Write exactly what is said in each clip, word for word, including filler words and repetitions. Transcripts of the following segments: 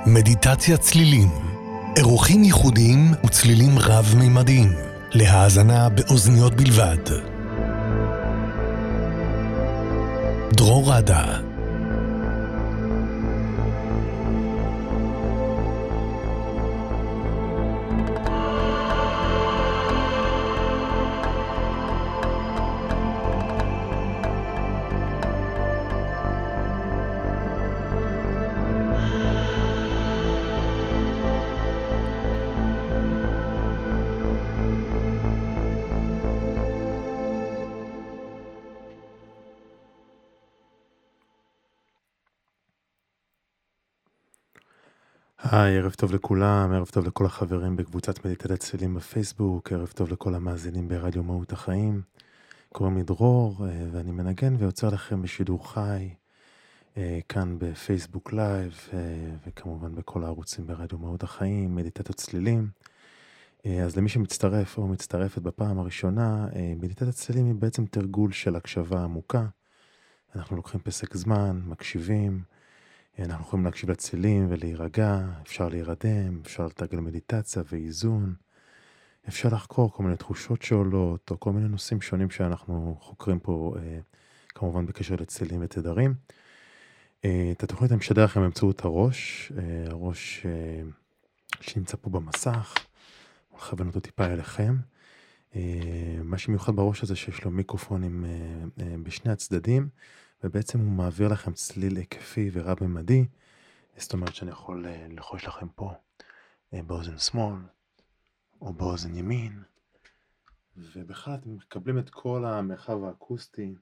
מדיטציה צלילים, אירוחים ייחודיים וצלילים רב-מימדיים, להאזנה באוזניות בלבד. דרור רדה. היי, ערב טוב לכולם, ערב טוב לכל החברים בקבוצת מדיטציית צלילים בפייסבוק, ערב טוב לכל המאזינים ברדיו מהות החיים. קוראים לי דרור, ואני מנגן ויוצר לכם בשידור חי, כאן בפייסבוק לייב, וכמובן בכל הערוצים ברדיו מהות החיים, מדיטציות צלילים. אז למי שמצטרף או מצטרפת בפעם הראשונה, מדיטציית צלילים היא בעצם תרגול של הקשבה עמוקה. אנחנו לוקחים פסק זמן, מקשיבים, אנחנו יכולים להקשיב לצלילים ולהירגע, אפשר להירדם, אפשר לתרגל מדיטציה ואיזון, אפשר לחקור כל מיני תחושות שעולות, או כל מיני נושאים שונים שאנחנו חוקרים פה, כמובן בקשר לצלילים ותדרים. את התוכנית אני משדר לכם באמצעות הראש, הראש שנמצא פה במסך, מכוון אותו טיפה אליכם. מה שמיוחד בראש הזה שיש לו מיקרופונים בשני הצדדים, ובעצם הוא מעביר לכם צליל היקפי ורב-ממדי, זאת אומרת שאני יכול לחוש לכם פה באוזן שמאל או באוזן ימין, ובכלל אתם מקבלים את כל המרחב האקוסטי.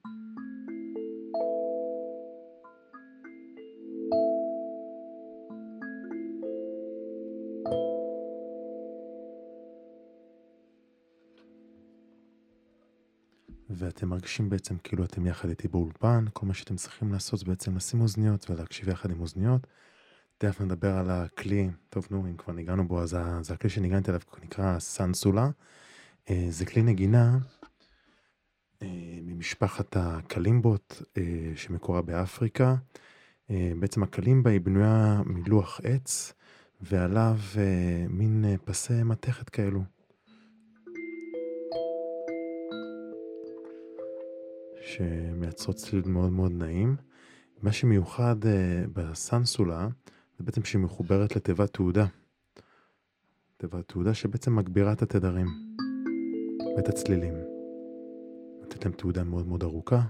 ואתם מרגישים בעצם כאילו אתם יחד איתי באולפן, כל מה שאתם צריכים לעשות זה בעצם לשים אוזניות ולהקשיב יחד עם אוזניות. תכף נדבר על הכלי, טוב נו, אם כבר ניגענו בו, אז זה הכלי שניגעתי עליו, נקרא סנסולה. זה כלי נגינה ממשפחת הקלימבות שמקורה באפריקה. בעצם הקלימבה היא בנויה מלוח עץ, ועליו מין פסי מתכת כאלו. שמייצרות צליל מאוד מאוד נעים. מה שמיוחד uh, בסנסולה, זה בעצם שהיא מחוברת לתיבת תעודה. תיבת תעודה שבעצם מגבירה את התדרים ואת הצלילים. נתת להם תעודה מאוד מאוד ארוכה.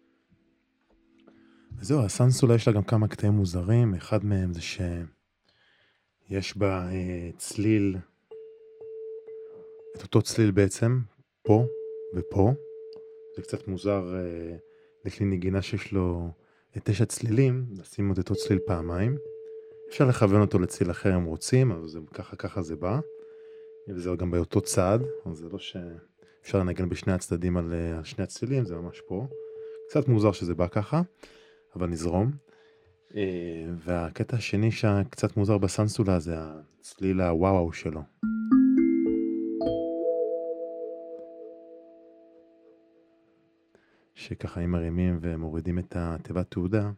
וזהו, הסנסולה יש לה גם כמה קטעים מוזרים. אחד מהם זה שיש בה uh, צליל, את אותו צליל בעצם, פה ופה. זה קצת מוזר אה, לכלי נגינה שיש לו תשע צלילים, לשים עוד אותו צליל פעמיים. אפשר לכוון אותו לצליל אחר אם רוצים, אבל זה, ככה ככה זה בא. וזה גם באותו צד, אז זה לא שאפשר לנגן בשני הצדדים על, על שני הצלילים, זה ממש פה. קצת מוזר שזה בא ככה, אבל נזרום. אה, והקטע השני שקצת מוזר בסנסולה זה הצליל הוואו שלו. שככה אם מרימים ומורידים את התיבת תעודה,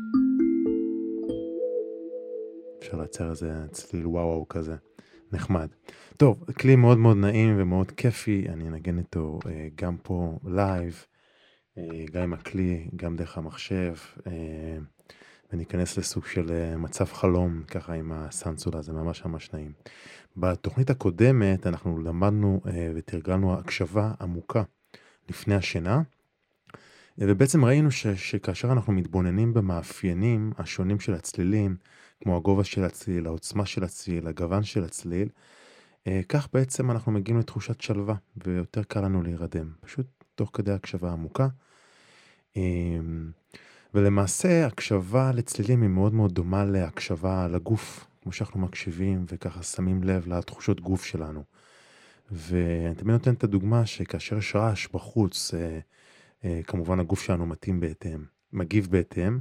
אפשר לייצר איזה צליל וואו כזה, נחמד. טוב, כלי מאוד מאוד נעים ומאוד כיפי, אני אנגן איתו אה, גם פה לייב, אה, גם עם הכלי, גם דרך המחשב, אה, וניכנס לסוג של אה, מצב חלום, ככה עם הסנסולה, זה ממש ממש נעים. בתוכנית הקודמת אנחנו למדנו אה, ותרגלנו הקשבה עמוקה לפני השינה, ובעצם ראינו ש, שכאשר אנחנו מתבוננים במאפיינים השונים של הצלילים, כמו הגובה של הצליל, העוצמה של הצליל, הגוון של הצליל, כך בעצם אנחנו מגיעים לתחושת שלווה, ויותר קל לנו להירדם, פשוט תוך כדי הקשבה עמוקה. ולמעשה הקשבה לצלילים היא מאוד מאוד דומה להקשבה לגוף, כמו שאנחנו מקשיבים וככה שמים לב לתחושות גוף שלנו. ואני תמיד נותן את הדוגמה שכאשר יש רעש בחוץ, כמובן הגוף שלנו מתאים בהתאם, מגיב בהתאם,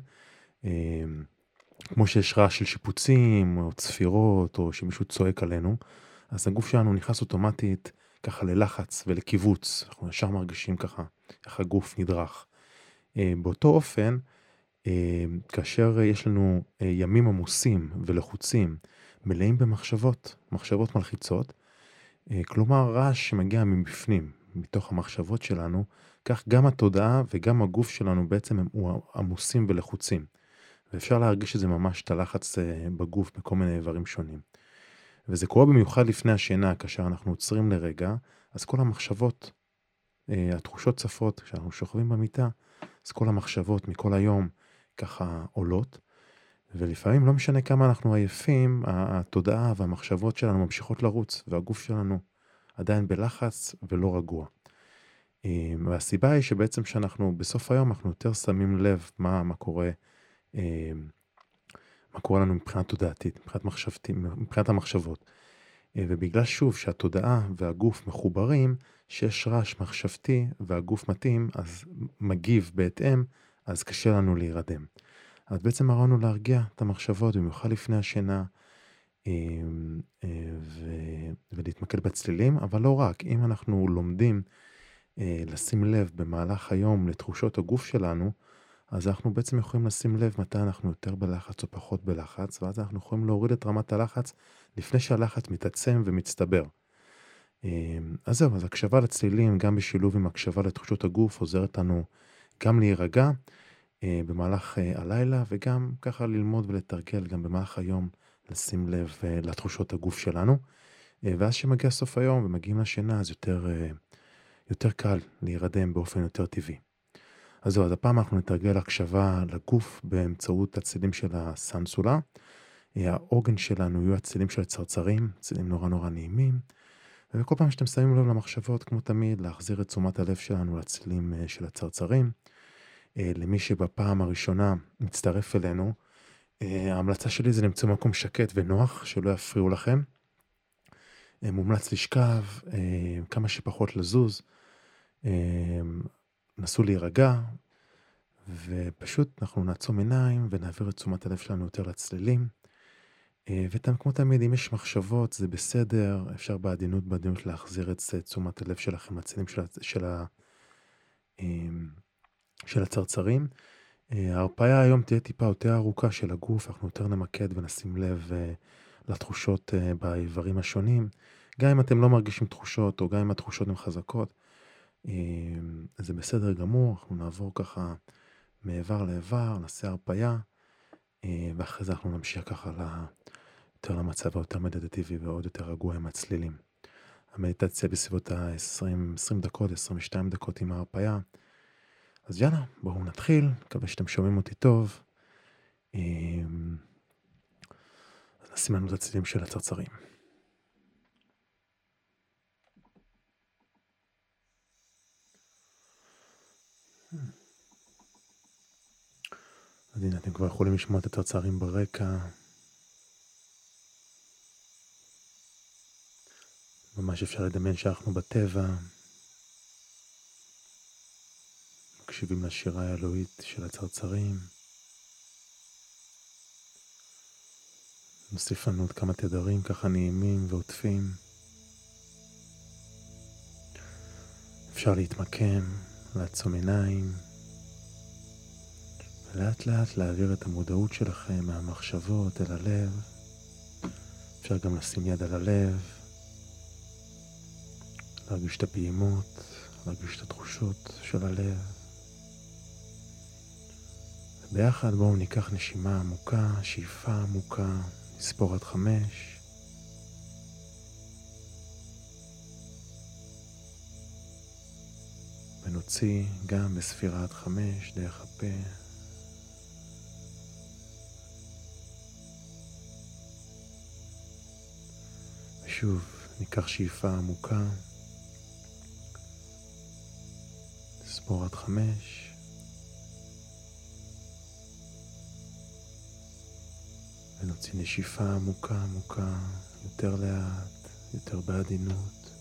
כמו שיש רעש של שיפוצים או צפירות או שמישהו צועק עלינו, אז הגוף שלנו נכנס אוטומטית ככה ללחץ ולקיבוץ, אנחנו ישר מרגישים ככה, איך הגוף נדרך. באותו אופן, אה, כאשר יש לנו אה, ימים עמוסים ולחוצים, מלאים במחשבות, מחשבות מלחיצות, אה, כלומר רעש שמגיע מבפנים, מתוך המחשבות שלנו, כך גם התודעה וגם הגוף שלנו בעצם הם עמוסים ולחוצים. ואפשר להרגיש את זה ממש את הלחץ אה, בגוף בכל מיני איברים שונים. וזה קורה במיוחד לפני השינה, כאשר אנחנו עוצרים לרגע, אז כל המחשבות, אה, התחושות צפות, כשאנחנו שוכבים במיטה, אז כל המחשבות מכל היום ככה עולות, ולפעמים לא משנה כמה אנחנו עייפים, התודעה והמחשבות שלנו ממשיכות לרוץ, והגוף שלנו עדיין בלחץ ולא רגוע. אה, והסיבה היא שבעצם שאנחנו בסוף היום אנחנו יותר שמים לב מה, מה קורה, אה, מה קורה לנו מבחינת תודעתית, מבחינת מחשבתית, מבחינת המחשבות. ובגלל שוב שהתודעה והגוף מחוברים, שיש רעש מחשבתי והגוף מתאים, אז מגיב בהתאם, אז קשה לנו להירדם. אז בעצם הרעיון הוא להרגיע את המחשבות, במיוחד לפני השינה, ו- ולהתמקד בצלילים, אבל לא רק. אם אנחנו לומדים לשים לב במהלך היום לתחושות הגוף שלנו, אז אנחנו בעצם יכולים לשים לב מתי אנחנו יותר בלחץ או פחות בלחץ, ואז אנחנו יכולים להוריד את רמת הלחץ לפני שהלחץ מתעצם ומצטבר. אז זהו, אז הקשבה לצלילים, גם בשילוב עם הקשבה לתחושות הגוף, עוזרת לנו גם להירגע במהלך הלילה, וגם ככה ללמוד ולתרגל גם במהלך היום, לשים לב לתחושות הגוף שלנו. ואז שמגיע סוף היום ומגיעים לשינה, אז יותר, יותר קל להירדם באופן יותר טבעי. אז זהו, אז הפעם אנחנו נתרגל הקשבה לגוף באמצעות הצלילים של הסנסולה. העוגן שלנו יהיו הצלילים של הצרצרים, צלילים נורא נורא נעימים. וכל פעם שאתם שמים לב למחשבות, כמו תמיד, להחזיר את תשומת הלב שלנו לצלילים של הצרצרים. למי שבפעם הראשונה מצטרף אלינו, ההמלצה שלי זה למצוא מקום שקט ונוח, שלא יפריעו לכם. מומלץ לשכב, כמה שפחות לזוז. נסו להירגע, ופשוט אנחנו נעצום עיניים ונעביר את תשומת הלב שלנו יותר לצלילים. וכמו תמיד, אם יש מחשבות, זה בסדר, אפשר בעדינות, בעדינות להחזיר את תשומת הלב שלכם לצלילים של, של, ה, של הצרצרים. ההרפאיה היום תהיה טיפה יותר ארוכה של הגוף, אנחנו יותר נמקד ונשים לב לתחושות באיברים השונים. גם אם אתם לא מרגישים תחושות, או גם אם התחושות הן חזקות, זה בסדר גמור, אנחנו נעבור ככה מאיבר לאיבר, נעשה הרפאיה, ואחרי זה אנחנו נמשיך ככה יותר למצב היותר מדדטיבי ועוד יותר רגוע עם הצלילים. המדיטציה בסביבות ה-עשרים דקות, עשרים ושתיים דקות עם ההרפאיה. אז יאללה, בואו נתחיל, מקווה שאתם שומעים אותי טוב. אז נשים לנו את הצלילים של הצרצרים. אז הנה, אתם כבר יכולים לשמוע את הצרצרים ברקע. ממש אפשר לדמיין שאנחנו בטבע. מקשיבים לשירה האלוהית של הצרצרים. נוסיף לנו עוד כמה תדרים ככה נעימים ועוטפים. אפשר להתמקם, לעצום עיניים. ולאט לאט להעביר את המודעות שלכם מהמחשבות אל הלב. אפשר גם לשים יד על הלב. להרגיש את הפעימות, להרגיש את התחושות של הלב. וביחד בואו ניקח נשימה עמוקה, שאיפה עמוקה, נספור עד חמש. ונוציא גם בספירה עד חמש דרך הפה. ושוב ניקח שאיפה עמוקה. נספור עד חמש. ונוציא נשיפה עמוקה עמוקה, יותר לאט, יותר בעדינות.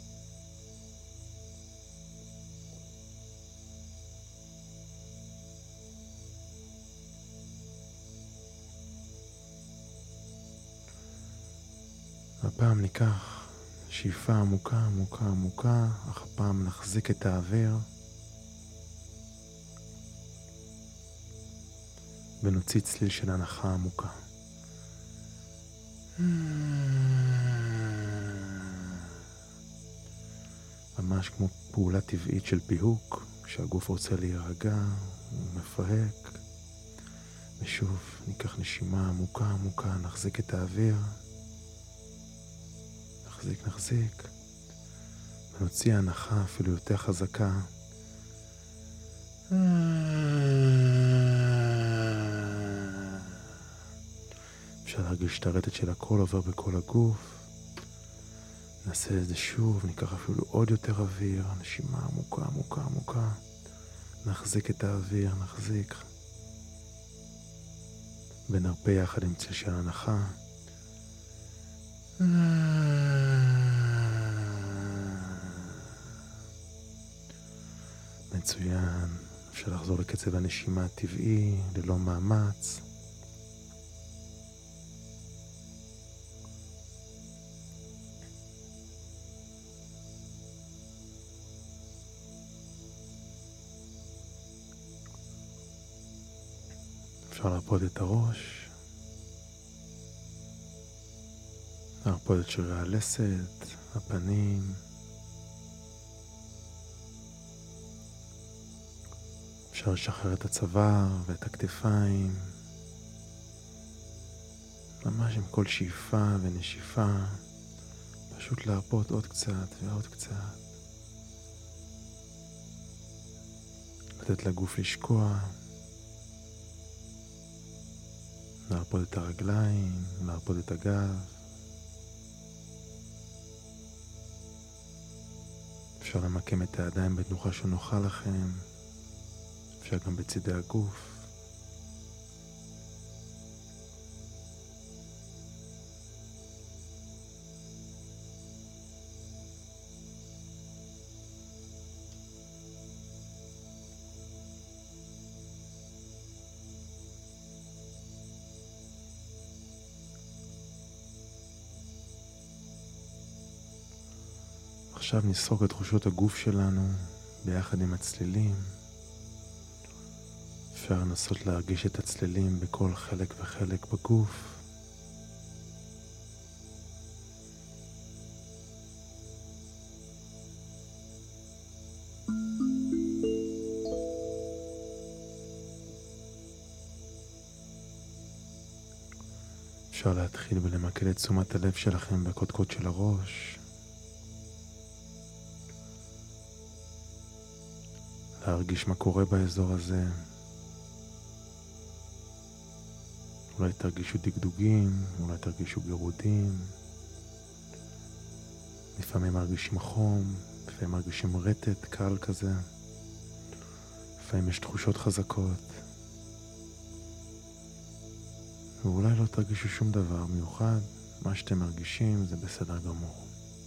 הפעם ניקח שאיפה עמוקה עמוקה עמוקה, אך הפעם נחזיק את האוויר. ונוציא צליל של הנחה עמוקה. ממש כמו פעולה טבעית של פיהוק, כשהגוף רוצה להירגע, הוא מפהק. ושוב, ניקח נשימה עמוקה עמוקה, נחזיק את האוויר. נחזיק, נחזיק. ונוציא הנחה אפילו יותר חזקה. אפשר להרגיש את הרטט של הכל עובר בכל הגוף. נעשה את זה שוב, ניקח אפילו עוד יותר אוויר, נשימה עמוקה עמוקה עמוקה. נחזיק את האוויר, נחזיק. ונרפה יחד עם צל של הנחה. מצוין. אפשר לחזור לקצב הנשימה הטבעי, ללא מאמץ. אפשר להרפות את הראש, להרפות את שרירי הלסת, הפנים. אפשר לשחרר את הצוואר ואת הכתפיים, ממש עם כל שאיפה ונשיפה, פשוט להרפות עוד קצת ועוד קצת. לתת לגוף לשקוע. להרפות את הרגליים, להרפות את הגב. אפשר למקם את הידיים בתנוחה שנוחה לכם. אפשר גם בצידי הגוף. עכשיו נסרוק את תחושות הגוף שלנו ביחד עם הצלילים. אפשר לנסות להרגיש את הצלילים בכל חלק וחלק בגוף. אפשר להתחיל ולמקד את תשומת הלב שלכם בקודקוד של הראש. להרגיש מה קורה באזור הזה. אולי תרגישו דגדוגים, אולי תרגישו גירודים. לפעמים מרגישים חום, לפעמים מרגישים רטט קל כזה. לפעמים יש תחושות חזקות. ואולי לא תרגישו שום דבר מיוחד. מה שאתם מרגישים זה בסדר גמור.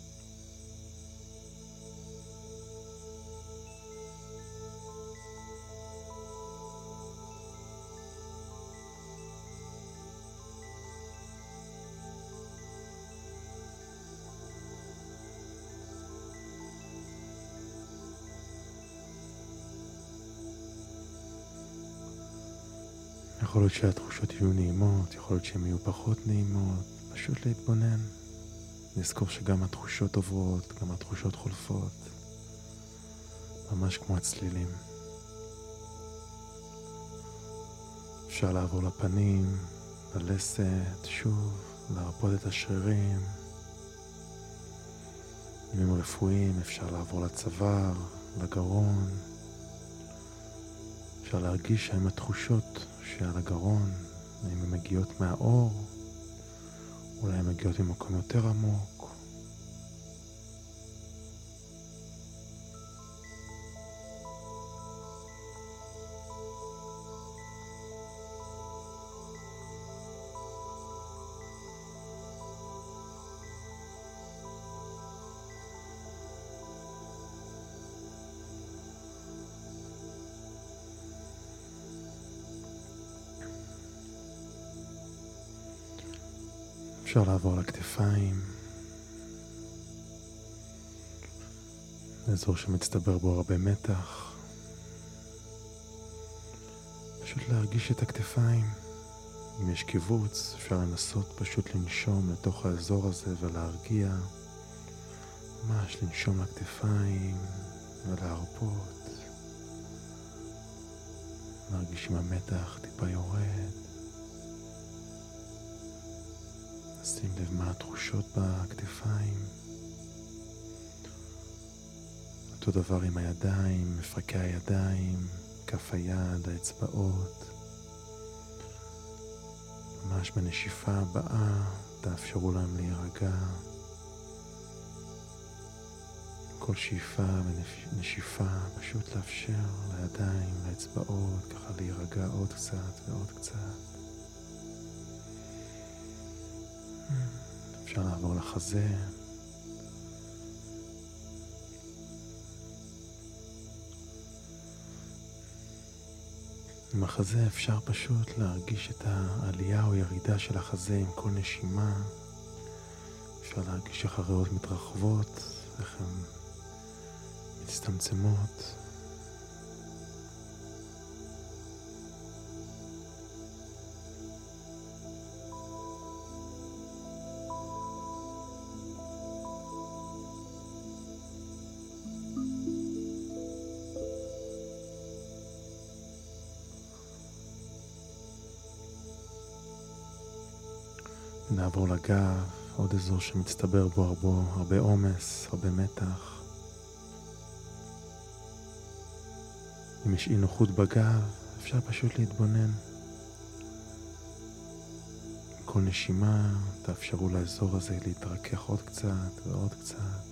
יכול להיות שהתחושות יהיו נעימות, יכול להיות שהן יהיו פחות נעימות, פשוט להתבונן. לזכור שגם התחושות עוברות, גם התחושות חולפות, ממש כמו הצלילים. אפשר לעבור לפנים, ללסת, שוב, להרפות את השרירים. אם הם רפואיים, אפשר לעבור לצוואר, לגרון. אפשר להרגיש שהן התחושות שעל הגרון, האם הן מגיעות מהאור, אולי הן מגיעות ממקום יותר עמוק. אפשר לעבור לכתפיים, אזור שמצטבר בו הרבה מתח. פשוט להרגיש את הכתפיים. אם יש קיבוץ, אפשר לנסות פשוט לנשום לתוך האזור הזה ולהרגיע. ממש לנשום לכתפיים ולהרפות. להרגיש עם המתח טיפה יורד. שים לב מה התחושות בכתפיים. אותו דבר עם הידיים, מפרקי הידיים, כף היד, האצבעות. ממש בנשיפה הבאה תאפשרו להם להירגע. כל שאיפה ונשיפה פשוט לאפשר לידיים, לאצבעות, ככה להירגע עוד קצת ועוד קצת. אפשר לעבור לחזה. עם החזה אפשר פשוט להרגיש את העלייה או ירידה של החזה עם כל נשימה. אפשר להרגיש איך הריאות מתרחבות, איך הן מצטמצמות. נעבור לגב, עוד אזור שמצטבר בו הרבה, הרבה עומס, הרבה מתח. אם יש אי נוחות בגב, אפשר פשוט להתבונן. עם כל נשימה, תאפשרו לאזור הזה להתרכך עוד קצת ועוד קצת.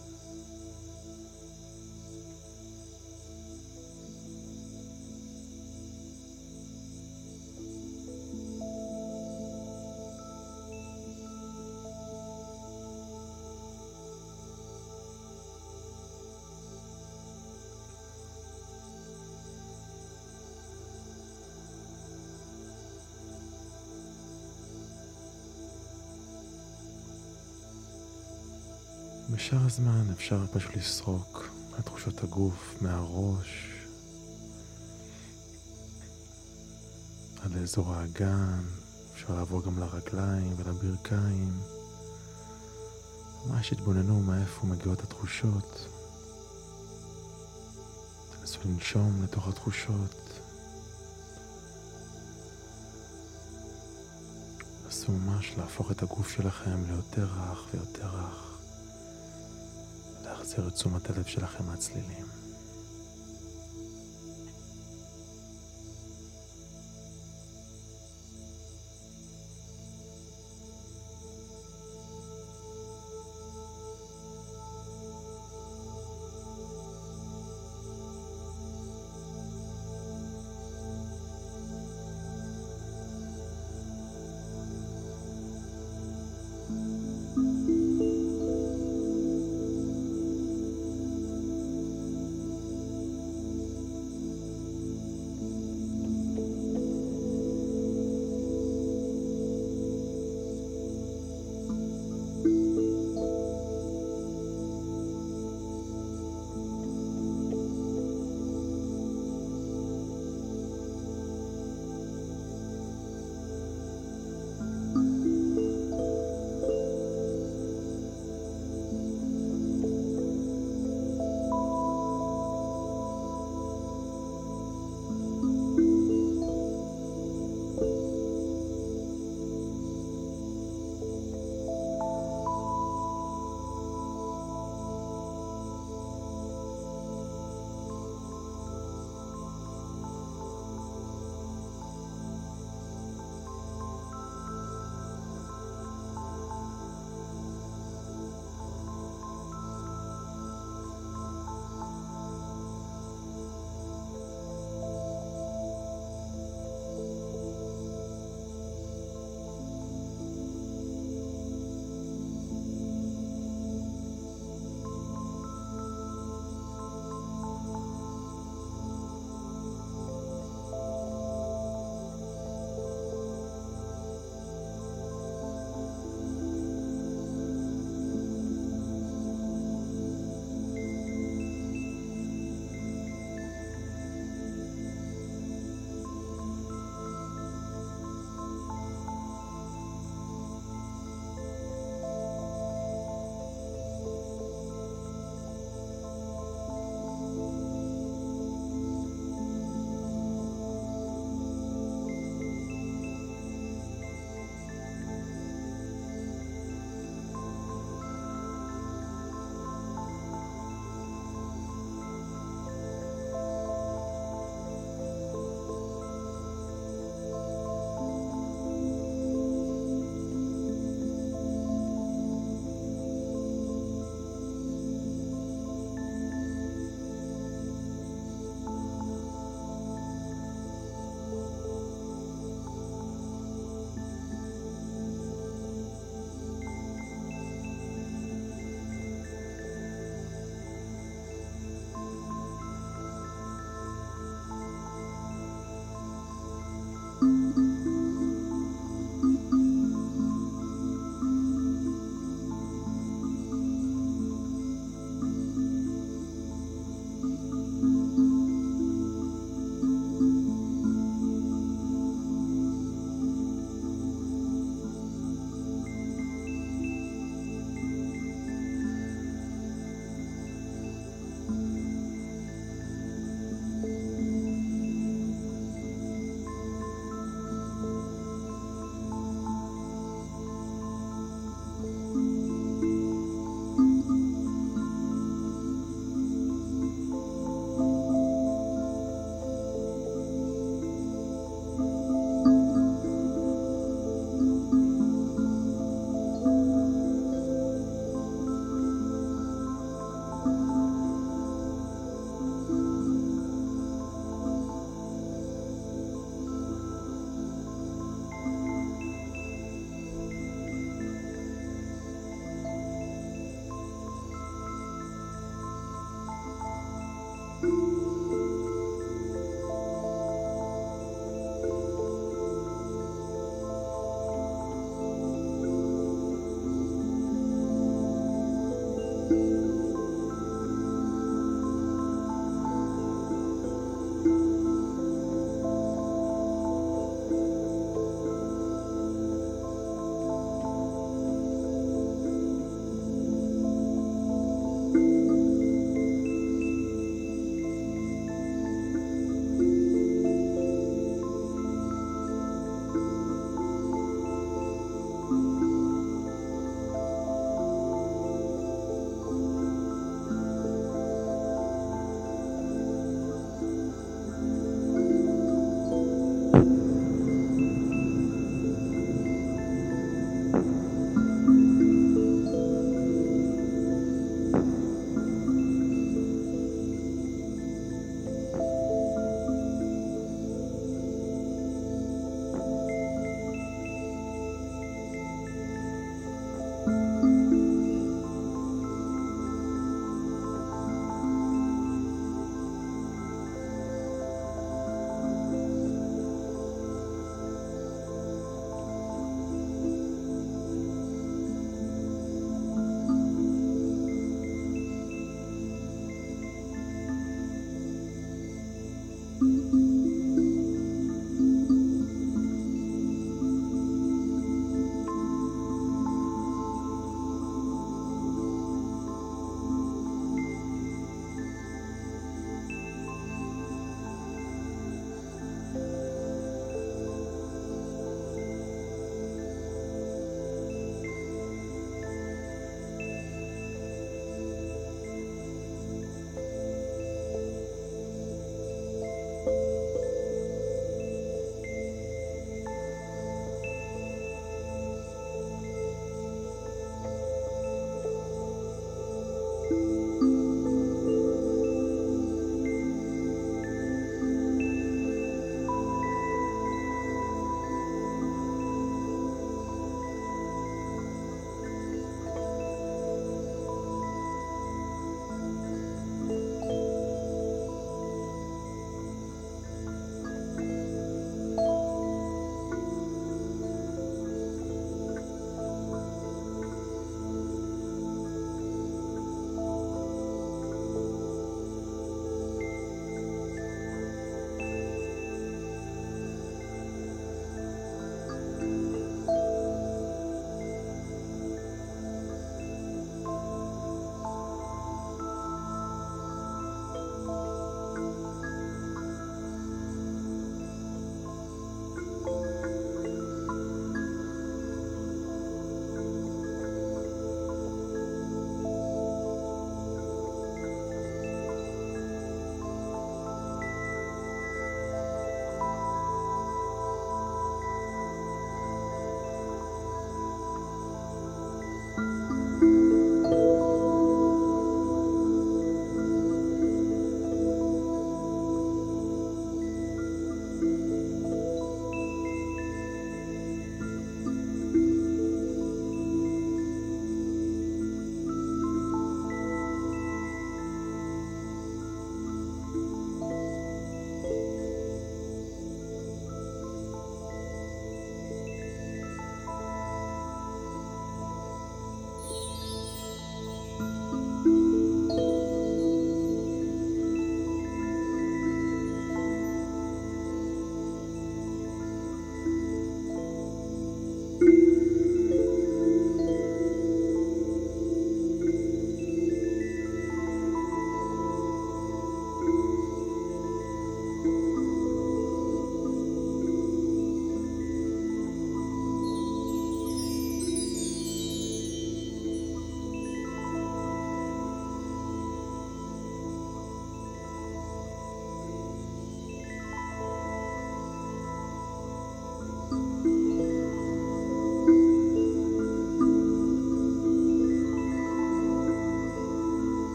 בשאר הזמן אפשר פשוט לסרוק מהתחושות הגוף, מהראש, עד לאזור האגן. אפשר לעבור גם לרגליים ולברכיים. ממש התבוננו מאיפה מגיעות התחושות. תנסו לנשום לתוך התחושות. תנסו ממש להפוך את הגוף שלכם ליותר רך ויותר רך. להחזיר את תשומת הלב שלכם מהצלילים.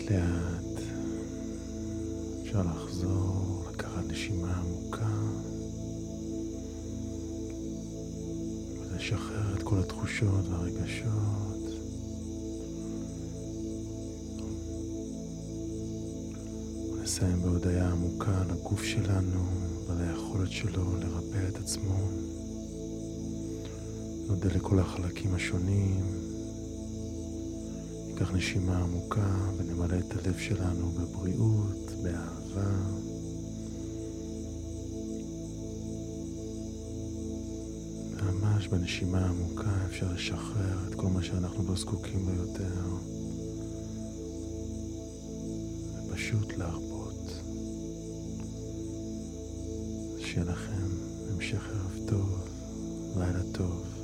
לאט לאט אפשר לחזור, לקחת נשימה עמוקה ולשחרר את כל התחושות והרגשות. ונסיים בהודיה עמוקה לגוף שלנו וליכולת שלו לרפא את עצמו. נודה לכל החלקים השונים. ניקח נשימה עמוקה ונמלא את הלב שלנו בבריאות, באהבה. ממש בנשימה עמוקה אפשר לשחרר את כל מה שאנחנו לא זקוקים לו יותר. ופשוט להרפות. שיהיה לכם המשך ערב טוב, לילה טוב.